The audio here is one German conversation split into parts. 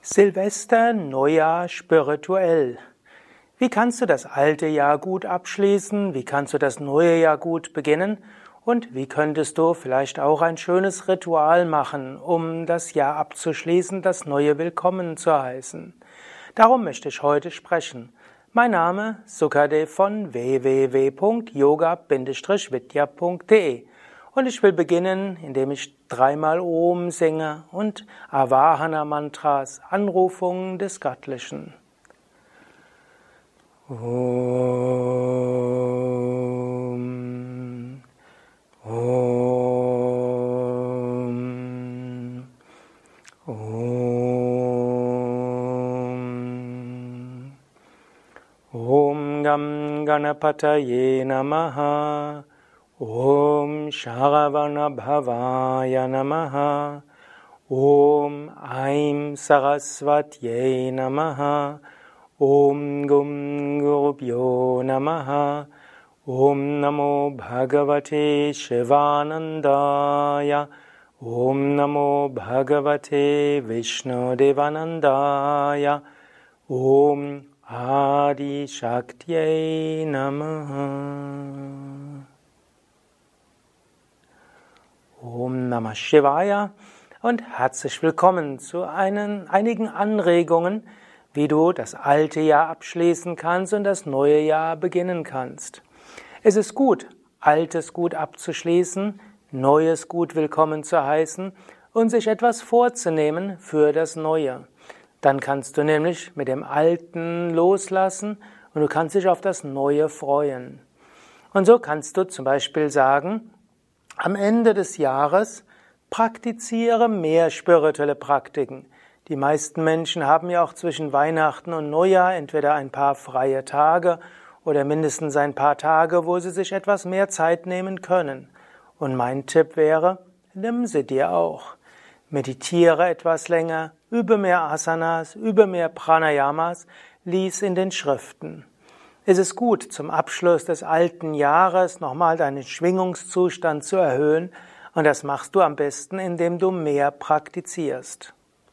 Silvester, Neujahr spirituell. Wie kannst du das alte Jahr gut abschließen? Wie kannst du das neue Jahr gut beginnen? Und wie könntest du vielleicht auch ein schönes Ritual machen, um das Jahr abzuschließen, das neue willkommen zu heißen? Darum möchte ich heute sprechen. Mein Name Sukadev von www.yoga-vidya.de und ich will beginnen, indem ich dreimal Om singe und Avahana Mantras, Anrufungen des Göttlichen. Om, Om, Om, Om Gam Ganapataye Namaha, Om Sharavana Bhavaya Namaha, Om Aim Saraswatye Namaha, Om Gum Gurubhyo Namaha, Om Namo Bhagavate Shivanandaya, Om Namo Bhagavate Vishnudevanandaya, Om Adi Shaktiye Namaha. Om Namah Shivaya und herzlich willkommen zu einigen Anregungen, wie du das alte Jahr abschließen kannst und das neue Jahr beginnen kannst. Es ist gut, Altes gut abzuschließen, Neues gut willkommen zu heißen und sich etwas vorzunehmen für das Neue. Dann kannst du nämlich mit dem Alten loslassen und du kannst dich auf das Neue freuen. Und so kannst du zum Beispiel sagen, am Ende des Jahres praktiziere mehr spirituelle Praktiken. Die meisten Menschen haben ja auch zwischen Weihnachten und Neujahr entweder ein paar freie Tage oder mindestens ein paar Tage, wo sie sich etwas mehr Zeit nehmen können. Und mein Tipp wäre, nimm sie dir auch. Meditiere etwas länger, übe mehr Asanas, übe mehr Pranayamas, lies in den Schriften. Es ist gut, zum Abschluss des alten Jahres nochmal deinen Schwingungszustand zu erhöhen, und das machst du am besten, indem du mehr praktizierst.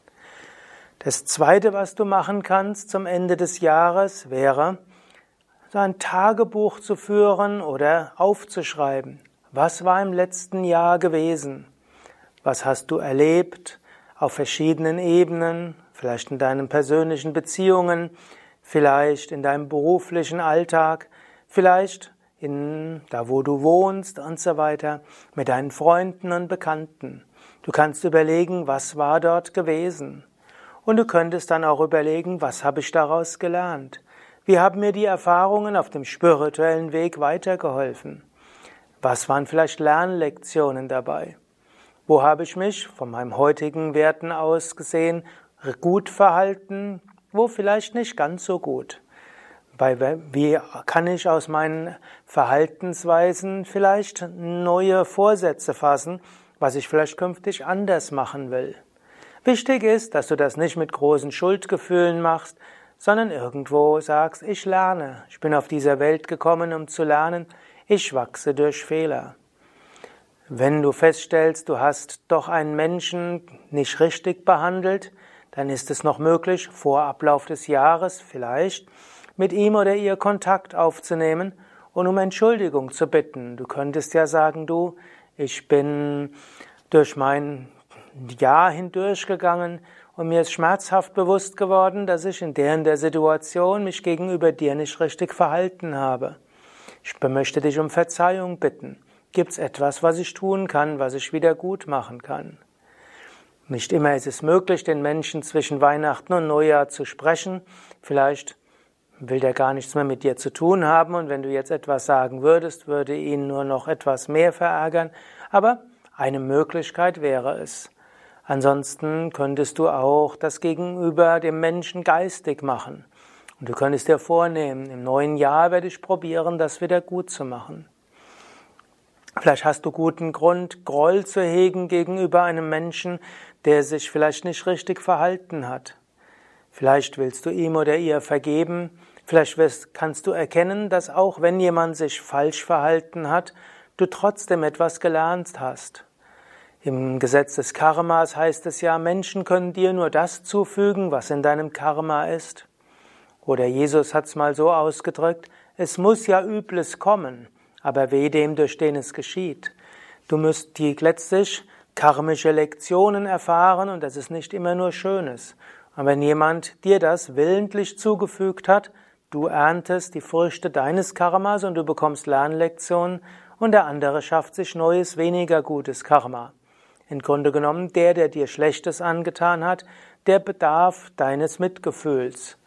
Das Zweite, was du machen kannst zum Ende des Jahres, wäre, so ein Tagebuch zu führen oder aufzuschreiben. Was war im letzten Jahr gewesen? Was hast du erlebt auf verschiedenen Ebenen, vielleicht in deinen persönlichen Beziehungen, vielleicht in deinem beruflichen Alltag, vielleicht da, wo du wohnst und so weiter, mit deinen Freunden und Bekannten. Du kannst überlegen, was war dort gewesen? Und du könntest dann auch überlegen, was habe ich daraus gelernt? Wie haben mir die Erfahrungen auf dem spirituellen Weg weitergeholfen? Was waren vielleicht Lernlektionen dabei? Wo habe ich mich von meinen heutigen Werten aus gesehen gut verhalten? Wo vielleicht nicht ganz so gut. Wie kann ich aus meinen Verhaltensweisen vielleicht neue Vorsätze fassen, was ich vielleicht künftig anders machen will? Wichtig ist, dass du das nicht mit großen Schuldgefühlen machst, sondern irgendwo sagst, ich lerne, ich bin auf dieser Welt gekommen, um zu lernen, ich wachse durch Fehler. Wenn du feststellst, du hast doch einen Menschen nicht richtig behandelt, dann ist es noch möglich, vor Ablauf des Jahres vielleicht mit ihm oder ihr Kontakt aufzunehmen und um Entschuldigung zu bitten. Du könntest ja sagen, du, ich bin durch mein Jahr hindurchgegangen und mir ist schmerzhaft bewusst geworden, dass ich in der Situation mich gegenüber dir nicht richtig verhalten habe. Ich möchte dich um Verzeihung bitten. Gibt es etwas, was ich tun kann, was ich wieder gut machen kann? Nicht immer ist es möglich, den Menschen zwischen Weihnachten und Neujahr zu sprechen. Vielleicht will der gar nichts mehr mit dir zu tun haben und wenn du jetzt etwas sagen würdest, würde ihn nur noch etwas mehr verärgern. Aber eine Möglichkeit wäre es. Ansonsten könntest du auch das gegenüber dem Menschen geistig machen. Und du könntest dir vornehmen, im neuen Jahr werde ich probieren, das wieder gut zu machen. Vielleicht hast du guten Grund, Groll zu hegen gegenüber einem Menschen, der sich vielleicht nicht richtig verhalten hat. Vielleicht willst du ihm oder ihr vergeben. Vielleicht kannst du erkennen, dass auch wenn jemand sich falsch verhalten hat, du trotzdem etwas gelernt hast. Im Gesetz des Karmas heißt es ja, Menschen können dir nur das zufügen, was in deinem Karma ist. Oder Jesus hat es mal so ausgedrückt, es muss ja Übles kommen, aber weh dem, durch den es geschieht. Du musst letztlich karmische Lektionen erfahren und das ist nicht immer nur Schönes. Und wenn jemand dir das willentlich zugefügt hat, du erntest die Früchte deines Karmas und du bekommst Lernlektionen und der andere schafft sich neues, weniger gutes Karma. Im Grunde genommen, der dir Schlechtes angetan hat, der bedarf deines Mitgefühls.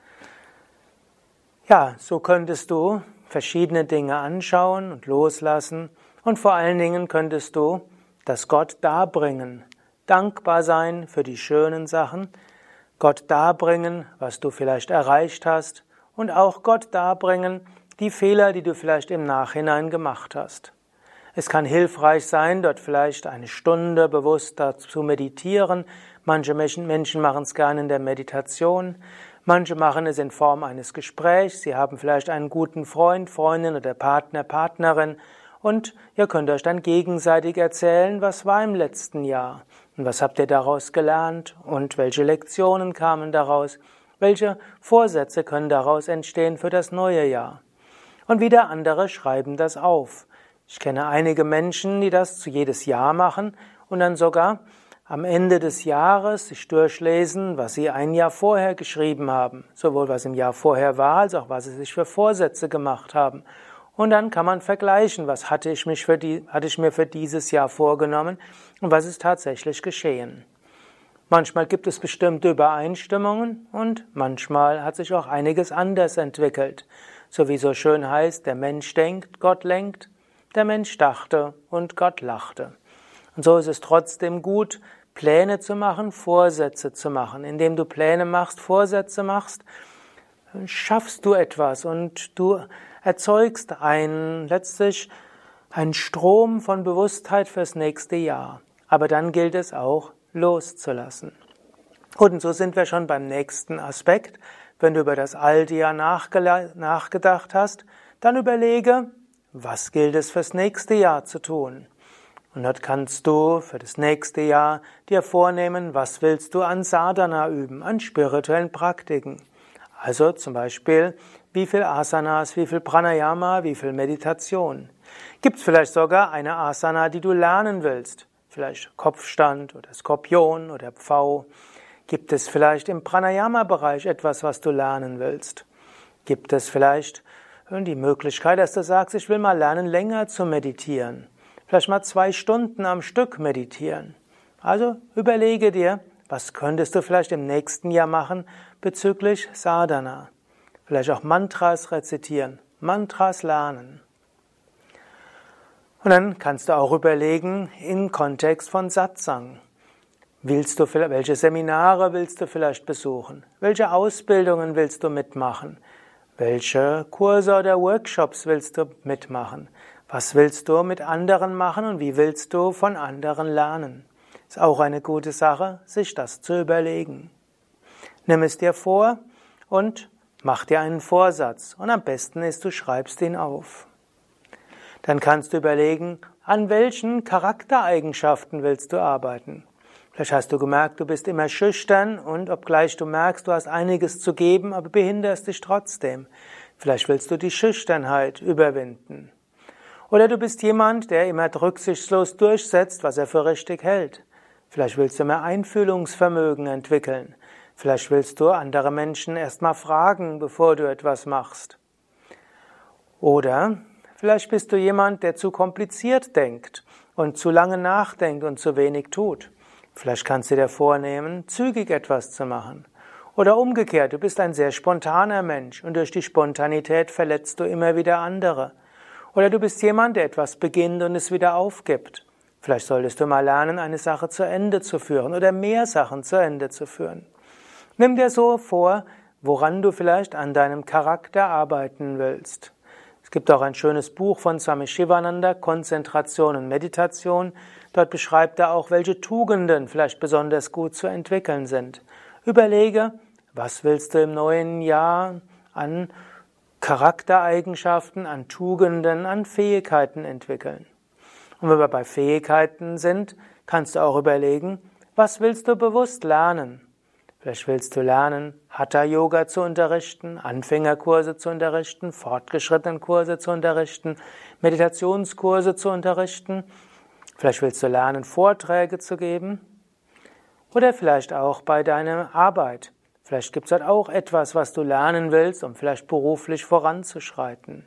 Ja, so könntest du verschiedene Dinge anschauen und loslassen und vor allen Dingen könntest du das Gott darbringen, dankbar sein für die schönen Sachen, Gott darbringen, was du vielleicht erreicht hast und auch Gott darbringen, die Fehler, die du vielleicht im Nachhinein gemacht hast. Es kann hilfreich sein, dort vielleicht eine Stunde bewusst zu meditieren. Manche Menschen machen es gerne in der Meditation. Manche machen es in Form eines Gesprächs. Sie haben vielleicht einen guten Freund, Freundin oder Partner, Partnerin und ihr könnt euch dann gegenseitig erzählen, was war im letzten Jahr und was habt ihr daraus gelernt und welche Lektionen kamen daraus, welche Vorsätze können daraus entstehen für das neue Jahr. Und wieder andere schreiben das auf. Ich kenne einige Menschen, die das zu jedes Jahr machen und dann sogar am Ende des Jahres sich durchlesen, was sie ein Jahr vorher geschrieben haben, sowohl was im Jahr vorher war, als auch was sie sich für Vorsätze gemacht haben. Und dann kann man vergleichen, was hatte ich mir für dieses Jahr vorgenommen und was ist tatsächlich geschehen. Manchmal gibt es bestimmte Übereinstimmungen und manchmal hat sich auch einiges anders entwickelt. So wie so schön heißt, der Mensch denkt, Gott lenkt. Der Mensch dachte und Gott lachte. Und so ist es trotzdem gut, Pläne zu machen, Vorsätze zu machen. Indem du Pläne machst, Vorsätze machst, schaffst du etwas und du erzeugst letztlich einen Strom von Bewusstheit fürs nächste Jahr. Aber dann gilt es auch, loszulassen. Und so sind wir schon beim nächsten Aspekt. Wenn du über das alte Jahr nachgedacht hast, dann überlege, was gilt es fürs nächste Jahr zu tun? Und dort kannst du für das nächste Jahr dir vornehmen, was willst du an Sadhana üben, an spirituellen Praktiken. Also zum Beispiel, wie viel Asanas, wie viel Pranayama, wie viel Meditation. Gibt es vielleicht sogar eine Asana, die du lernen willst? Vielleicht Kopfstand oder Skorpion oder Pfau. Gibt es vielleicht im Pranayama-Bereich etwas, was du lernen willst? Gibt es vielleicht die Möglichkeit, dass du sagst, ich will mal lernen, länger zu meditieren. Vielleicht mal 2 Stunden am Stück meditieren. Also überlege dir, was könntest du vielleicht im nächsten Jahr machen bezüglich Sadhana. Vielleicht auch Mantras rezitieren, Mantras lernen. Und dann kannst du auch überlegen, im Kontext von Satsang. Welche Seminare willst du vielleicht besuchen? Welche Ausbildungen willst du mitmachen? Welche Kurse oder Workshops willst du mitmachen? Was willst du mit anderen machen und wie willst du von anderen lernen? Ist auch eine gute Sache, sich das zu überlegen. Nimm es dir vor und mach dir einen Vorsatz. Und am besten ist, du schreibst ihn auf. Dann kannst du überlegen, an welchen Charaktereigenschaften willst du arbeiten? Vielleicht hast du gemerkt, du bist immer schüchtern und obgleich du merkst, du hast einiges zu geben, aber behinderst dich trotzdem. Vielleicht willst du die Schüchternheit überwinden. Oder du bist jemand, der immer rücksichtslos durchsetzt, was er für richtig hält. Vielleicht willst du mehr Einfühlungsvermögen entwickeln. Vielleicht willst du andere Menschen erstmal fragen, bevor du etwas machst. Oder vielleicht bist du jemand, der zu kompliziert denkt und zu lange nachdenkt und zu wenig tut. Vielleicht kannst du dir vornehmen, zügig etwas zu machen. Oder umgekehrt, du bist ein sehr spontaner Mensch und durch die Spontanität verletzt du immer wieder andere. Oder du bist jemand, der etwas beginnt und es wieder aufgibt. Vielleicht solltest du mal lernen, eine Sache zu Ende zu führen oder mehr Sachen zu Ende zu führen. Nimm dir so vor, woran du vielleicht an deinem Charakter arbeiten willst. Es gibt auch ein schönes Buch von Swami Shivananda, Konzentration und Meditation. Dort beschreibt er auch, welche Tugenden vielleicht besonders gut zu entwickeln sind. Überlege, was willst du im neuen Jahr an Charaktereigenschaften, an Tugenden, an Fähigkeiten entwickeln. Und wenn wir bei Fähigkeiten sind, kannst du auch überlegen, was willst du bewusst lernen? Vielleicht willst du lernen, Hatha-Yoga zu unterrichten, Anfängerkurse zu unterrichten, fortgeschrittenen Kurse zu unterrichten, Meditationskurse zu unterrichten. Vielleicht willst du lernen, Vorträge zu geben. Oder vielleicht auch bei deiner Arbeit. Vielleicht gibt es dort auch etwas, was du lernen willst, um vielleicht beruflich voranzuschreiten.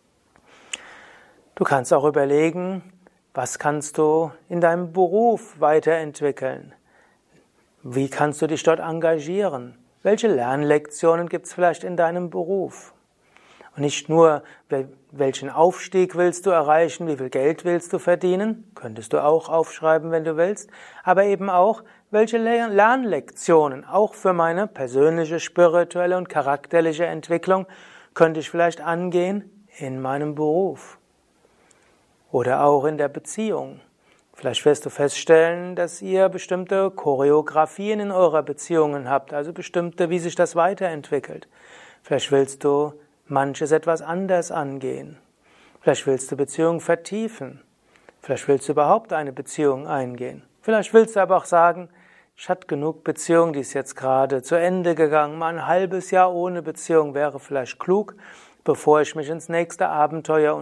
Du kannst auch überlegen, was kannst du in deinem Beruf weiterentwickeln? Wie kannst du dich dort engagieren? Welche Lernlektionen gibt es vielleicht in deinem Beruf? Und nicht nur, welchen Aufstieg willst du erreichen, wie viel Geld willst du verdienen, könntest du auch aufschreiben, wenn du willst, aber eben auch, welche Lernlektionen, auch für meine persönliche, spirituelle und charakterliche Entwicklung, könnte ich vielleicht angehen in meinem Beruf oder auch in der Beziehung. Vielleicht wirst du feststellen, dass ihr bestimmte Choreografien in eurer Beziehungen habt, also bestimmte, wie sich das weiterentwickelt. Vielleicht willst du manches etwas anders angehen. Vielleicht willst du Beziehungen vertiefen. Vielleicht willst du überhaupt eine Beziehung eingehen. Vielleicht willst du aber auch sagen, ich hatte genug Beziehung, die ist jetzt gerade zu Ende gegangen. Mal ein halbes Jahr ohne Beziehung wäre vielleicht klug, bevor ich mich ins nächste Abenteuer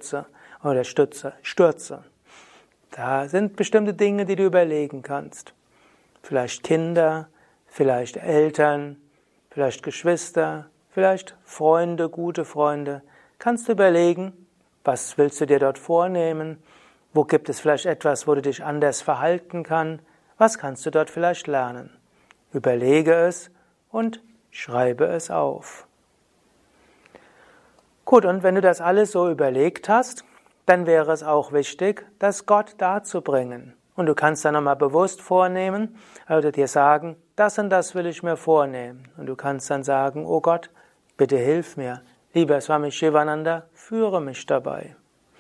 stürze. Da sind bestimmte Dinge, die du überlegen kannst. Vielleicht Kinder, vielleicht Eltern, vielleicht Geschwister, vielleicht Freunde, gute Freunde. Kannst du überlegen, was willst du dir dort vornehmen? Wo gibt es vielleicht etwas, wo du dich anders verhalten kannst? Was kannst du dort vielleicht lernen? Überlege es und schreibe es auf. Gut, und wenn du das alles so überlegt hast, dann wäre es auch wichtig, das Gott darzubringen. Und du kannst dann nochmal bewusst vornehmen, oder dir sagen, das und das will ich mir vornehmen. Und du kannst dann sagen, oh Gott, bitte hilf mir. Lieber Swami Shivananda, führe mich dabei.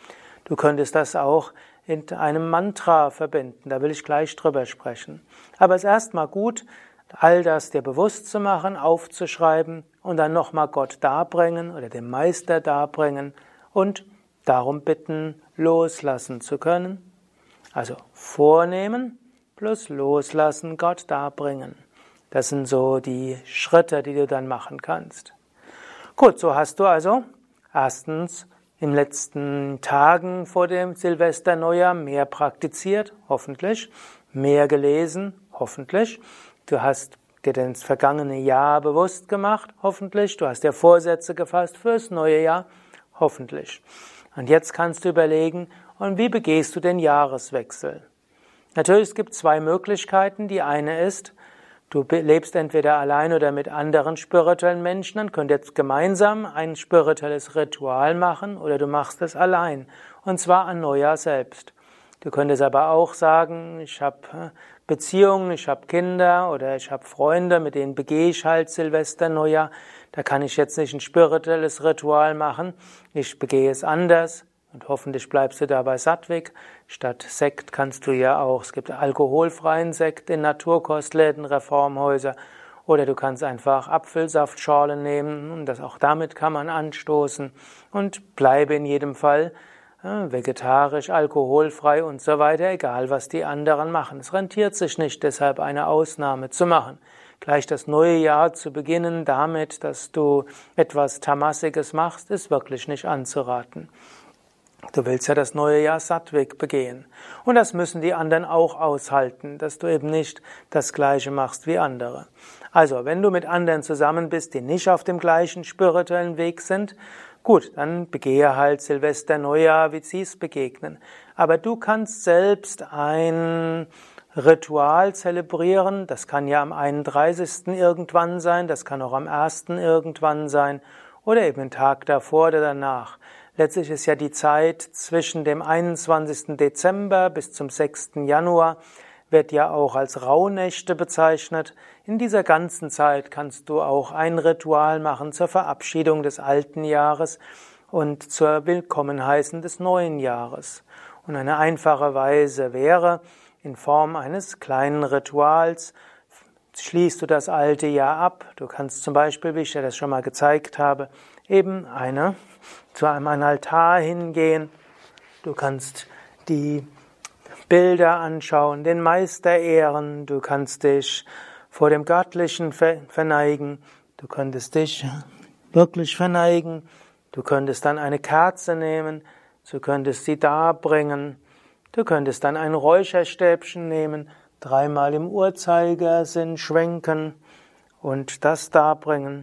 Du könntest das auch in einem Mantra verbinden, da will ich gleich drüber sprechen. Aber es ist erstmal gut, all das dir bewusst zu machen, aufzuschreiben und dann nochmal Gott darbringen oder dem Meister darbringen und darum bitten, loslassen zu können. Also vornehmen plus loslassen, Gott darbringen. Das sind so die Schritte, die du dann machen kannst. Gut, so hast du also erstens in den letzten Tagen vor dem Silvesterneujahr mehr praktiziert, hoffentlich, mehr gelesen, hoffentlich. Du hast dir das vergangene Jahr bewusst gemacht, hoffentlich. Du hast dir Vorsätze gefasst fürs neue Jahr, hoffentlich. Und jetzt kannst du überlegen, und wie begehst du den Jahreswechsel? Natürlich, es gibt zwei Möglichkeiten. Die eine ist, du lebst entweder allein oder mit anderen spirituellen Menschen, dann könnt ihr jetzt gemeinsam ein spirituelles Ritual machen oder du machst es allein, und zwar an Neujahr selbst. Du könntest aber auch sagen, ich habe Beziehungen, ich habe Kinder oder ich habe Freunde, mit denen begehe ich halt Silvester, Neujahr. Da kann ich jetzt nicht ein spirituelles Ritual machen, ich begehe es anders. Und hoffentlich bleibst du da bei Sattvik. Statt Sekt kannst du ja auch, es gibt alkoholfreien Sekt in Naturkostläden, Reformhäuser. Oder du kannst einfach Apfelsaftschorle nehmen und auch damit kann man anstoßen. Und bleibe in jedem Fall vegetarisch, alkoholfrei und so weiter, egal was die anderen machen. Es rentiert sich nicht, deshalb eine Ausnahme zu machen. Gleich das neue Jahr zu beginnen damit, dass du etwas Tamassiges machst, ist wirklich nicht anzuraten. Du willst ja das neue Jahr Sattvik begehen. Und das müssen die anderen auch aushalten, dass du eben nicht das Gleiche machst wie andere. Also, wenn du mit anderen zusammen bist, die nicht auf dem gleichen spirituellen Weg sind, gut, dann begehe halt Silvester, Neujahr, wie sie es begegnen. Aber du kannst selbst ein Ritual zelebrieren. Das kann ja am 31. irgendwann sein, das kann auch am 1. irgendwann sein oder eben einen Tag davor oder danach. Letztlich ist ja die Zeit zwischen dem 21. Dezember bis zum 6. Januar, wird ja auch als Rauhnächte bezeichnet. In dieser ganzen Zeit kannst du auch ein Ritual machen zur Verabschiedung des alten Jahres und zur Willkommenheißen des neuen Jahres. Und eine einfache Weise wäre, in Form eines kleinen Rituals schließt du das alte Jahr ab. Du kannst zum Beispiel, wie ich dir das schon mal gezeigt habe, eben zu einem Altar hingehen. Du kannst die Bilder anschauen, den Meister ehren, du kannst dich vor dem Göttlichen verneigen, du könntest dich wirklich verneigen, du könntest dann eine Kerze nehmen, du könntest sie darbringen, du könntest dann ein Räucherstäbchen nehmen, 3-mal im Uhrzeigersinn schwenken und das darbringen.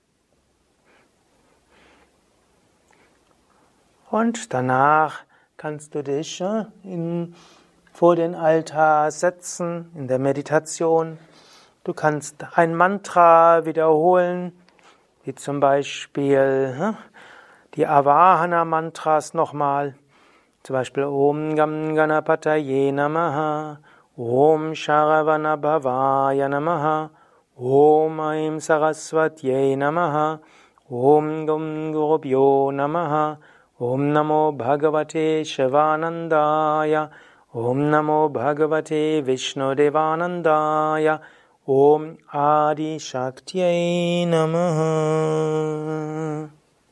Und danach kannst du dich vor den Altar setzen in der Meditation. Du kannst ein Mantra wiederholen, wie zum Beispiel die Avahana-Mantras nochmal. Zum Beispiel Om Gam Ganapataye Namaha, Om Sharavana Bhavaya Namaha, Om Aim Saraswatye Namaha, Om Gum Gurubhyo Namaha, Om Namo Bhagavate Shivanandaya, Om Namo Bhagavate Vishnudevanandaya, Om Adi Shaktye Namaha.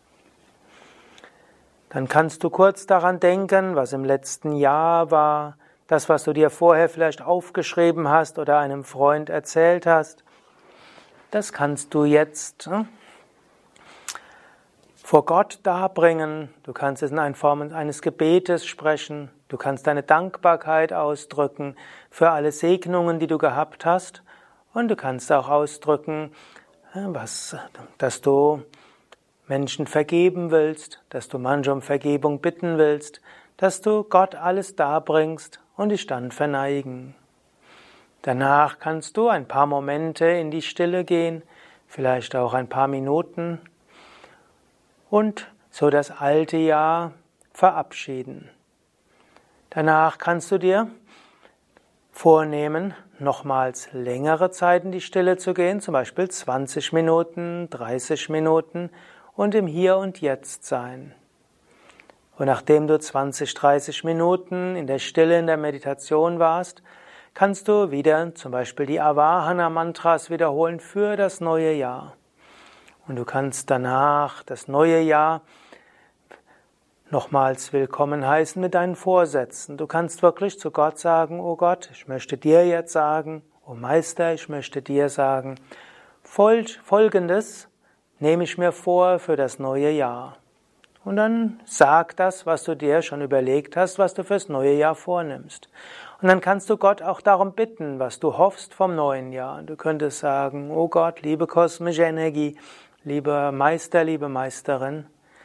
Dann kannst du kurz daran denken, was im letzten Jahr war, das, was du dir vorher vielleicht aufgeschrieben hast oder einem Freund erzählt hast. Das kannst du jetzt vor Gott darbringen. Du kannst es in Form eines Gebetes sprechen. Du kannst deine Dankbarkeit ausdrücken für alle Segnungen, die du gehabt hast. Und du kannst auch ausdrücken, dass du Menschen vergeben willst, dass du manche um Vergebung bitten willst, dass du Gott alles darbringst und dich dann verneigen. Danach kannst du ein paar Momente in die Stille gehen, vielleicht auch ein paar Minuten und so das alte Jahr verabschieden. Danach kannst du dir vornehmen, nochmals längere Zeit in die Stille zu gehen, zum Beispiel 20 Minuten, 30 Minuten und im Hier und Jetzt sein. Und nachdem du 20, 30 Minuten in der Stille, in der Meditation warst, kannst du wieder zum Beispiel die Avahana-Mantras wiederholen für das neue Jahr. Und du kannst danach das neue Jahr nochmals willkommen heißen mit deinen Vorsätzen. Du kannst wirklich zu Gott sagen, oh Gott, ich möchte dir jetzt sagen, oh Meister, ich möchte dir sagen, Folgendes nehme ich mir vor für das neue Jahr. Und dann sag das, was du dir schon überlegt hast, was du fürs neue Jahr vornimmst. Und dann kannst du Gott auch darum bitten, was du hoffst vom neuen Jahr. Du könntest sagen, oh Gott, liebe kosmische Energie, lieber Meister, liebe Meisterin,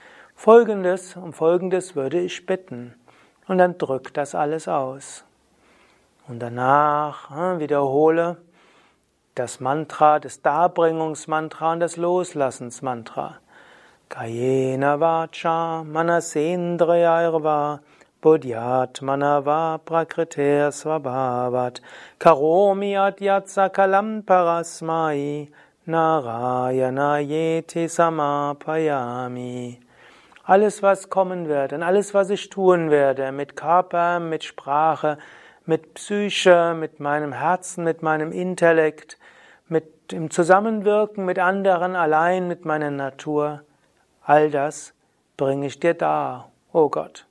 um Folgendes würde ich bitten. Und dann drück das alles aus. Und danach wiederhole das Mantra, das Darbringungsmantra und das Loslassensmantra. Kayena vacha manasendriyarva buddhyatmana va prakriter svabhavat karomi adyat sakalam parasmai narayana yeti samapayami. Alles, was kommen wird und alles, was ich tun werde, mit Körper, mit Sprache, mit Psyche, mit meinem Herzen, mit meinem Intellekt, mit dem Zusammenwirken mit anderen, allein mit meiner Natur, all das bringe ich dir dar, oh Gott.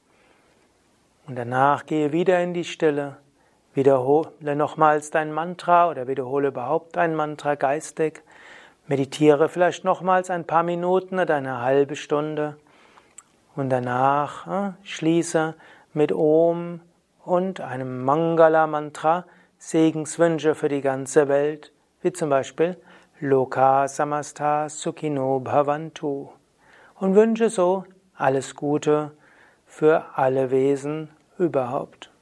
Und danach gehe wieder in die Stille, wiederhole nochmals dein Mantra oder wiederhole überhaupt dein Mantra geistig, meditiere vielleicht nochmals ein paar Minuten oder eine halbe Stunde und danach schließe mit Om und einem Mangala-Mantra Segenswünsche für die ganze Welt, wie zum Beispiel Loka Samasta Sukhino Bhavantu. Und wünsche so alles Gute für alle Wesen überhaupt.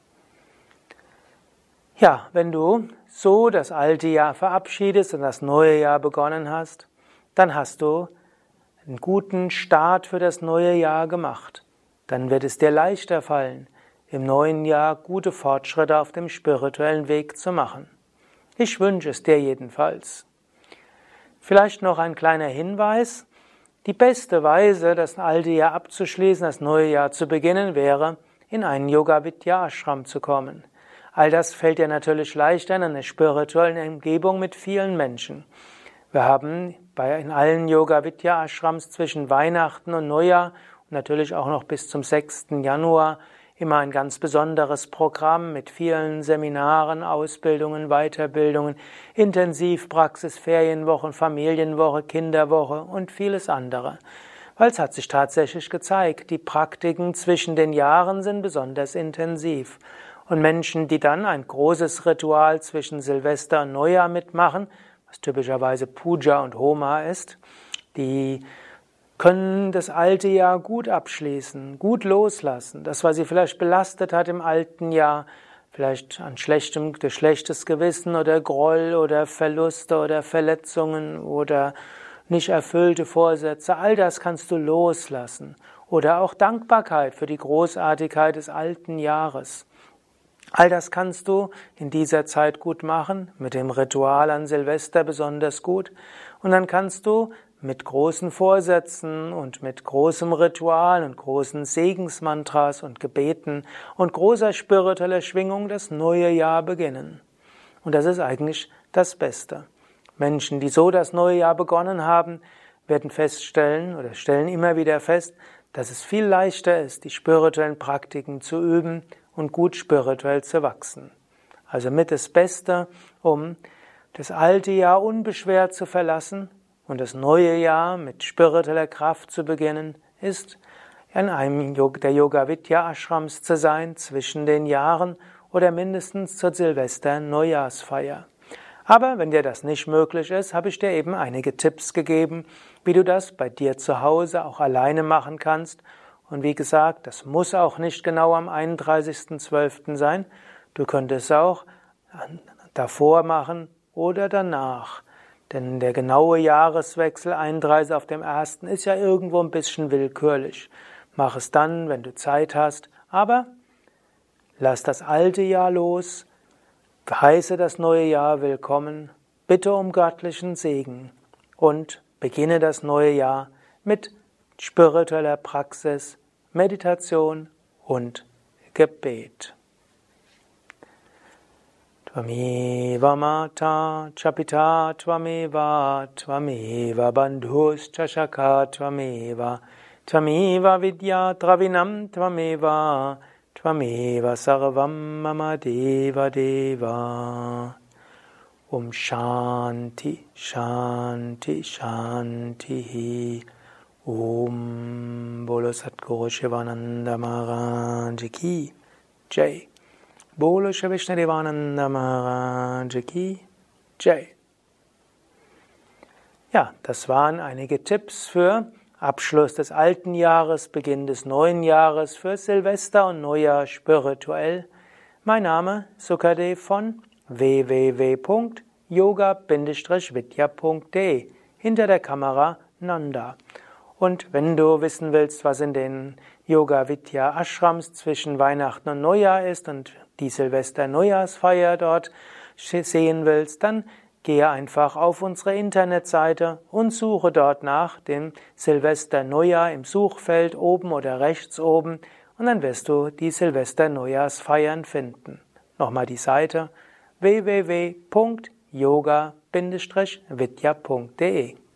Ja, wenn du so das alte Jahr verabschiedest und das neue Jahr begonnen hast, dann hast du einen guten Start für das neue Jahr gemacht. Dann wird es dir leichter fallen, im neuen Jahr gute Fortschritte auf dem spirituellen Weg zu machen. Ich wünsche es dir jedenfalls. Vielleicht noch ein kleiner Hinweis. Die beste Weise, das alte Jahr abzuschließen, das neue Jahr zu beginnen, wäre, in einen Yoga-Vidya-Ashram zu kommen. All das fällt dir natürlich leichter in einer spirituellen Umgebung mit vielen Menschen. Wir haben in allen Yoga-Vidya-Ashrams zwischen Weihnachten und Neujahr und natürlich auch noch bis zum 6. Januar immer ein ganz besonderes Programm mit vielen Seminaren, Ausbildungen, Weiterbildungen, Intensivpraxis, Ferienwochen, Familienwoche, Kinderwoche und vieles andere. Weil es hat sich tatsächlich gezeigt, die Praktiken zwischen den Jahren sind besonders intensiv. Und Menschen, die dann ein großes Ritual zwischen Silvester und Neujahr mitmachen, was typischerweise Puja und Homa ist, die können das alte Jahr gut abschließen, gut loslassen. Das, was sie vielleicht belastet hat im alten Jahr, vielleicht an durch schlechtes Gewissen oder Groll oder Verluste oder Verletzungen oder nicht erfüllte Vorsätze, all das kannst du loslassen. Oder auch Dankbarkeit für die Großartigkeit des alten Jahres. All das kannst du in dieser Zeit gut machen, mit dem Ritual an Silvester besonders gut. Und dann kannst du mit großen Vorsätzen und mit großem Ritual und großen Segensmantras und Gebeten und großer spiritueller Schwingung das neue Jahr beginnen. Und das ist eigentlich das Beste. Menschen, die so das neue Jahr begonnen haben, werden feststellen oder stellen immer wieder fest, dass es viel leichter ist, die spirituellen Praktiken zu üben und gut spirituell zu wachsen. Also mit das Beste, um das alte Jahr unbeschwert zu verlassen und das neue Jahr mit spiritueller Kraft zu beginnen, ist in einem der Yoga-Vidya-Ashrams zu sein zwischen den Jahren oder mindestens zur Silvester-Neujahrsfeier. Aber wenn dir das nicht möglich ist, habe ich dir eben einige Tipps gegeben, wie du das bei dir zu Hause auch alleine machen kannst. Und wie gesagt, das muss auch nicht genau am 31.12. sein. Du könntest es auch davor machen oder danach. Denn der genaue Jahreswechsel 31 auf dem 1. ist ja irgendwo ein bisschen willkürlich. Mach es dann, wenn du Zeit hast, aber lass das alte Jahr los, heiße das neue Jahr willkommen, bitte um göttlichen Segen und beginne das neue Jahr mit spiritueller Praxis, Meditation und Gebet. Tvameva Mata Chapita Tvameva Tvameva Bandhus Chashaka Tvameva Tvameva Vidya Dravinam Tvameva Tvameva Sarvam Mama Deva Deva. Shanti, Shanti, Shanti. Bolo Satguru Shivananda Maharaj Ki Jai. Bolo Shri Vishnadevananda Maharaj Ki Jai. Ja, das waren einige Tipps für Abschluss des alten Jahres, Beginn des neuen Jahres, für Silvester und Neujahr spirituell. Mein Name Sukadev von www.yoga-vidya.de. Hinter der Kamera Nanda. Und wenn du wissen willst, was in den Yoga-Vidya-Ashrams zwischen Weihnachten und Neujahr ist und die Silvester-Neujahrsfeier dort sehen willst, dann gehe einfach auf unsere Internetseite und suche dort nach dem Silvester-Neujahr im Suchfeld oben oder rechts oben und dann wirst du die Silvester-Neujahrsfeiern finden. Nochmal die Seite www.yoga-vidya.de